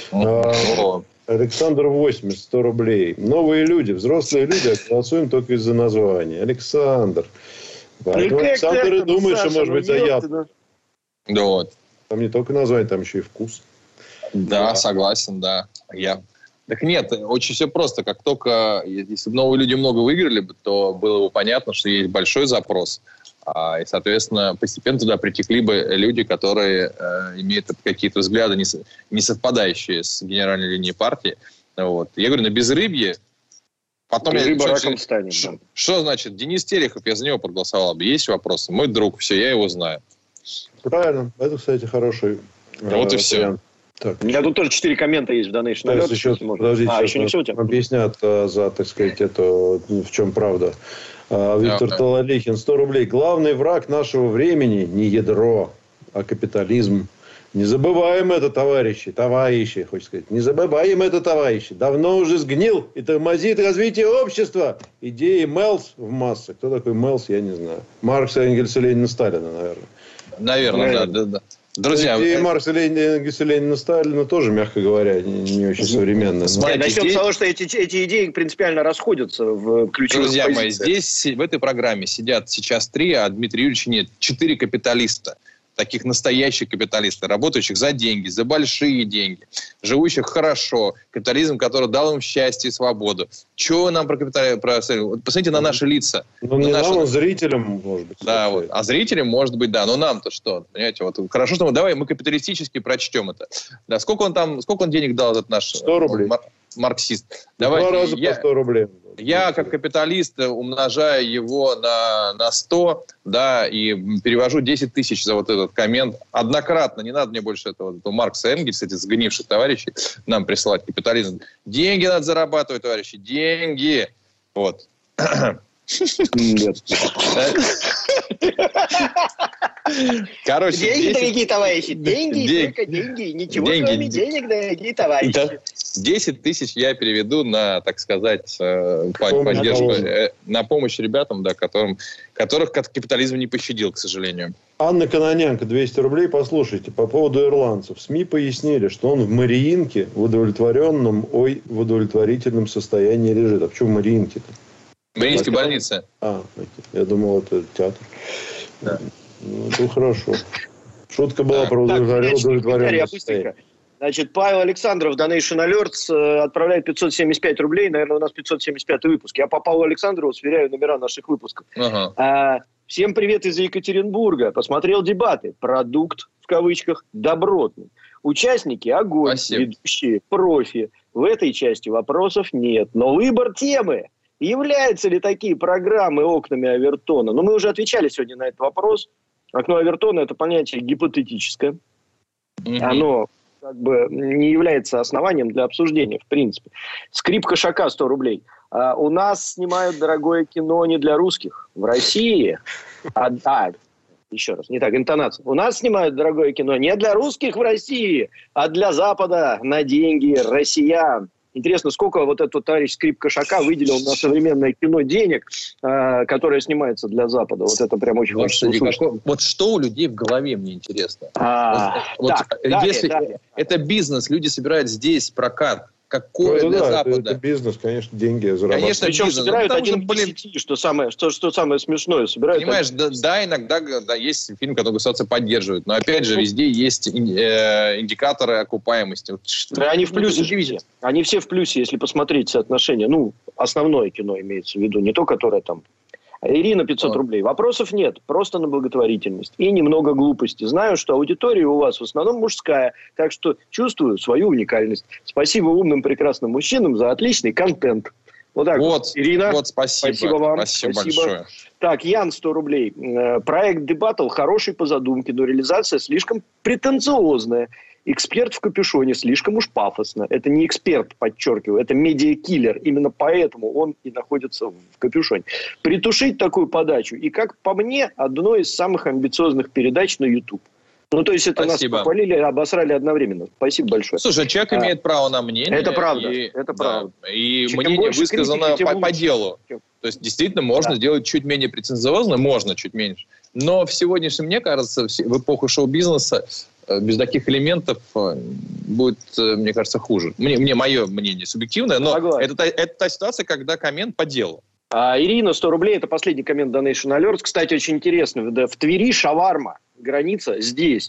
А, Александр восемьдесят, сто рублей. Новые люди, взрослые люди, голосуем только из-за названия. Александр. Поэтому Александр и думает, что может быть за яд. Да вот. Там не только название, там еще и вкус. Да, да. Согласен, да. Я... Так нет, очень все просто. Как только, если бы новые люди много выиграли, то было бы понятно, что есть большой запрос. А, и, соответственно, постепенно туда притекли бы люди, которые э, имеют какие-то взгляды, не, не совпадающие с генеральной линией партии. Вот. Я говорю, на безрыбье... Потом я, раком станем. Что, да. Что значит? Денис Терехов, я за него проголосовал бы. Есть вопросы? Мой друг, все, я его знаю. Правильно. Это, кстати, хороший Вот э, и все. Вариант. Так. У меня тут тоже четыре коммента есть в Donation Alert. Еще, подождите, а, еще не все у тебя? Объяснят а, за, так сказать, это, в чем правда. А, Виктор yeah, Талалихин, сто рублей. Главный враг нашего времени не ядро, а капитализм. Не забываем это, товарищи, товарищи, хочется сказать. Не забываем это, товарищи. Давно уже сгнил и тормозит развитие общества. Идеи Мэлс в массы. Кто такой Мэлс, я не знаю. Маркса, Энгельса, Ленина, Сталина, наверное. Наверное, наверное. да, да, да. Друзья, и Маркса, Ленина, Ленина, Сталина тоже, мягко говоря, не, не очень современные. Начнем с того, что эти, эти идеи принципиально расходятся в ключевых Друзья позициях. мои, здесь, в этой программе сидят сейчас три, а Дмитрия Юрьевича нет. Четыре капиталиста. Таких настоящих капиталистов, работающих за деньги, за большие деньги, живущих хорошо, капитализм, который дал им счастье и свободу. Чего нам про капитализм? Про... Посмотрите на наши лица. Ну, не наши... нам, а зрителям, может быть. Да, вот. А зрителям, может быть, да. Но нам-то что? Понимаете, вот хорошо, что мы, давай мы капиталистически прочтем это. Да, сколько он там, сколько он денег дал, этот наш... сто рублей. марксист. Давай, Два раза я, по сто рублей. Я, как капиталист, умножаю его на, на сто, да, и перевожу десять тысяч за вот этот коммент однократно. Не надо мне больше этого, этого Маркса и Энгельса, этих сгнивших товарищей, нам присылать капитализм. Деньги надо зарабатывать, товарищи, деньги. Вот. Нет. Короче, деньги, десять... дорогие товарищи, деньги, День... только деньги, ничего деньги. Кроме денег, дорогие товарищи. Да. десять тысяч я переведу на, так сказать, поддержку, на помощь ребятам, да, которым, которых капитализм не пощадил, к сожалению. Анна Кононянко, двести рублей. Послушайте, по поводу ирландцев. СМИ пояснили, что он в Мариинке в удовлетворенном, ой, в удовлетворительном состоянии лежит. А почему в Мариинке-то? Мариинская больница. А, я думал, это театр. Да. Ну, это хорошо. Шутка была да. про удовлетворенное состояние. Значит, Павел Александров, Donation Alerts, отправляет пятьсот семьдесят пять рублей. Наверное, у нас пятьсот семьдесят пятый выпуск. Я по Павлу Александрову сверяю номера наших выпусков. Ага. А, всем привет из Екатеринбурга. Посмотрел дебаты. Продукт, в кавычках, добротный. Участники – огонь. Спасибо. Ведущие – профи. В этой части вопросов нет. Но выбор темы. Являются ли такие программы окнами Овертона? Ну, мы уже отвечали сегодня на этот вопрос. Окно Овертона – это понятие гипотетическое. Mm-hmm. Оно как бы не является основанием для обсуждения, в принципе. Скрипка Шака сто рублей. А, у нас снимают дорогое кино не для русских. В России... А, а, еще раз, не так, интонация. У нас снимают дорогое кино не для русских в России, а для Запада на деньги россиян. Интересно, сколько вот этот товарищ Скрипка Шака выделил на современное кино денег, э, которое снимается для Запада. Вот это прям очень хочется услышать. Какой, вот что у людей в голове, мне интересно. А, вот, так, вот, далее, если далее. Это бизнес, люди собирают здесь прокат. Какой ну, для да, Запада? Это, это бизнес, конечно, деньги зарабатывают. Конечно, причем бизнес. собирают ну, один блин, десяти, что самое, что, что самое смешное. Собирают понимаешь, один... да, да, иногда да, есть фильм, который государство поддерживает, но опять же везде есть э, индикаторы окупаемости. Вот, да, они в плюсе же. Они все в плюсе, если посмотреть соотношение. Ну, основное кино имеется в виду, не то, которое там... Ирина, пятьсот рублей. Вопросов нет, просто на благотворительность. И немного глупости. Знаю, что аудитория у вас в основном мужская, так что чувствую свою уникальность. Спасибо умным, прекрасным мужчинам за отличный контент. Вот так вот, Ирина. Вот, спасибо. Спасибо вам. Спасибо, спасибо большое. Так, Ян, сто рублей. Проект Дебаттл хороший по задумке, но реализация слишком претенциозная. Эксперт в капюшоне слишком уж пафосно. Это не эксперт, подчеркиваю, это медиакиллер. Именно поэтому он и находится в капюшоне. Притушить такую подачу. И, как по мне, одной из самых амбициозных передач на YouTube. Ну, то есть, это Спасибо. Нас похвалили и обосрали одновременно. Спасибо большое. Слушай, человек а, имеет право на мнение. Это правда. И, это правда. Да, и чем мнение высказано критики, по, по делу. То есть, действительно, можно да. сделать чуть менее претенциозно, можно чуть меньше. Но в сегодняшнем, мне кажется, в эпоху шоу-бизнеса без таких элементов будет, мне кажется, хуже. Мне, мне мое мнение субъективное, но это, это та ситуация, когда коммент по делу. А, Ирина, сто рублей, это последний коммент Donation Alerts. Кстати, очень интересно, в Твери шаварма, граница здесь.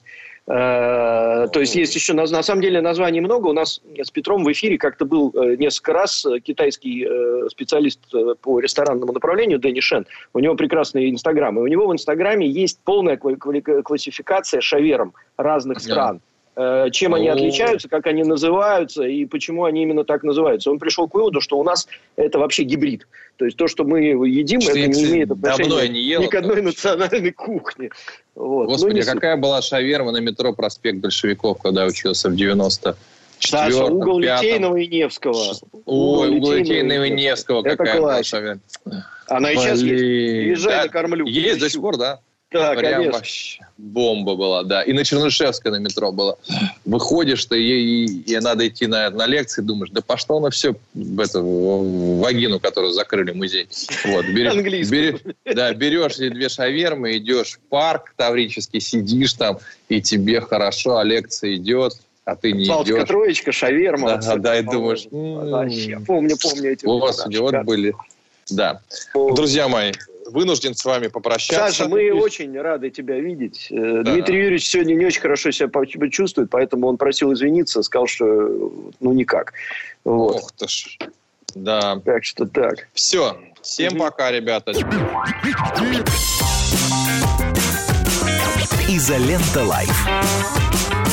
Э, то есть, есть еще, на, на самом деле, названий много. У нас с Петром в эфире как-то был э, несколько раз китайский э, специалист э, по ресторанному направлению Дэнни Шен. У него прекрасный инстаграм. И у него в инстаграме есть полная классификация шаверм разных стран. Э, чем они отличаются, как они называются и почему они именно так называются. Он пришел к выводу, что у нас это вообще гибрид. То есть, то, что мы едим, что это не имеет отношения не ел, ни к одной национальной кухне. Вот. Господи, ну, какая была шаверма на метро «Проспект Большевиков», когда учился в девяносто четвёртом, Саша, угол Литейного и Невского. Ой, угол Литейного и Невского. Какая была шаверма. Она и сейчас есть. Езжай, накормлю. Есть до сих пор, да? Да, прям конечно. Вообще бомба была, да. И на Чернышевской на метро было. Выходишь ты, и, и, и надо идти на, на лекции, думаешь, да пошло на все в, это, в вагину, которую закрыли музей. Вот, берешь, берешь, да, берешь эти две шавермы, идешь в парк таврический, сидишь там, и тебе хорошо, а лекция идет, а ты не Балтика, идешь. Троечка, шаверма. Да, да, и думаешь... Вообще, помню, помню эти. Господи, вот были... Да. Друзья мои, вынужден с вами попрощаться. Саша, мы очень рады тебя видеть. Да. Дмитрий Юрьевич сегодня не очень хорошо себя чувствует, поэтому он просил извиниться, сказал, что ну никак. Вот. Ох ты ж. Да. Так что так. Все. Всем угу. пока, ребята. Изолента Лайф.